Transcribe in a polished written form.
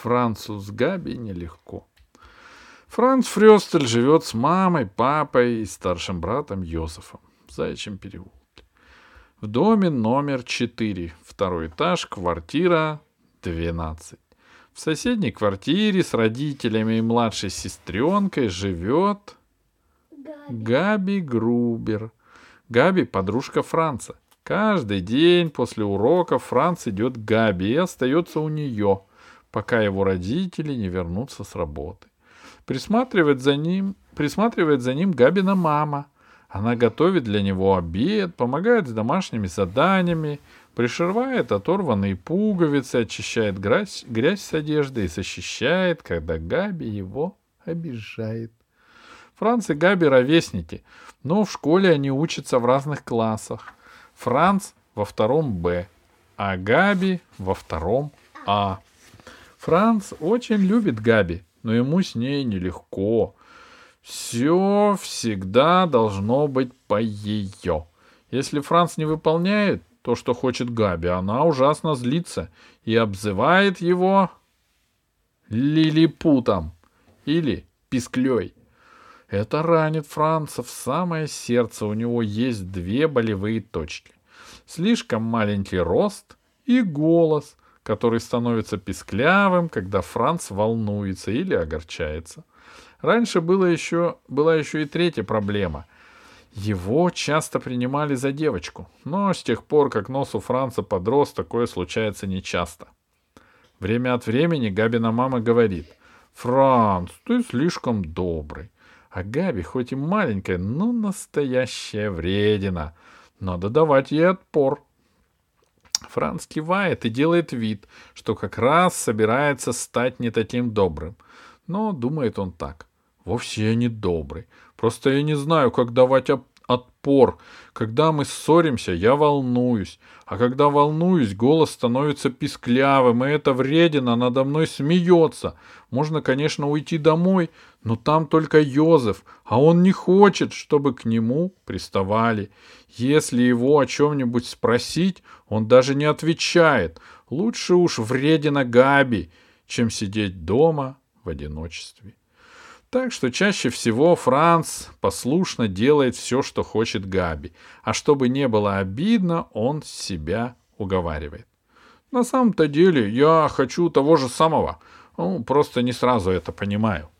Францу с Габи нелегко. Франц Фрёстель живет с мамой, папой и старшим братом Йозефом в Заячьем переулке. В доме номер 4, второй этаж, квартира 12. В соседней квартире с родителями и младшей сестренкой живет Габи Грубер. Габи — подружка Франца. Каждый день после уроков Франц идет к Габи и остается у нее, пока его родители не вернутся с работы. Присматривает за ним Габина мама. Она готовит для него обед, помогает с домашними заданиями, пришивает оторванные пуговицы, очищает грязь с одежды и защищает, когда Габи его обижает. Франц и Габи ровесники, но в школе они учатся в разных классах. Франц во 2 Б, а Габи во 2 А. Франц очень любит Габи, но ему с ней нелегко. Все всегда должно быть по ее. Если Франц не выполняет то, что хочет Габи, она ужасно злится и обзывает его лилипутом или писклей. Это ранит Франца в самое сердце. У него есть 2 болевые точки. Слишком маленький рост и голос, который становится писклявым, когда Франц волнуется или огорчается. Раньше была еще и 3-я проблема. Его часто принимали за девочку, но с тех пор, как нос у Франца подрос, такое случается нечасто. Время от времени Габина мама говорит: «Франц, ты слишком добрый». А Габи, хоть и маленькая, но настоящая вредина. Надо давать ей отпор. Франц кивает и делает вид, что как раз собирается стать не таким добрым. Но думает он так: вовсе я не добрый. Просто я не знаю, как давать отпор. Когда мы ссоримся, я волнуюсь. А когда волнуюсь, голос становится писклявым, и эта вредина надо мной смеется. Можно, конечно, уйти домой, но там только Йозеф, а он не хочет, чтобы к нему приставали. Если его о чем-нибудь спросить, он даже не отвечает. Лучше уж вредина Габи, чем сидеть дома в одиночестве. Так что чаще всего Франц послушно делает все, что хочет Габи, а чтобы не было обидно, он себя уговаривает. На самом-то деле я хочу того же самого, просто не сразу это понимаю.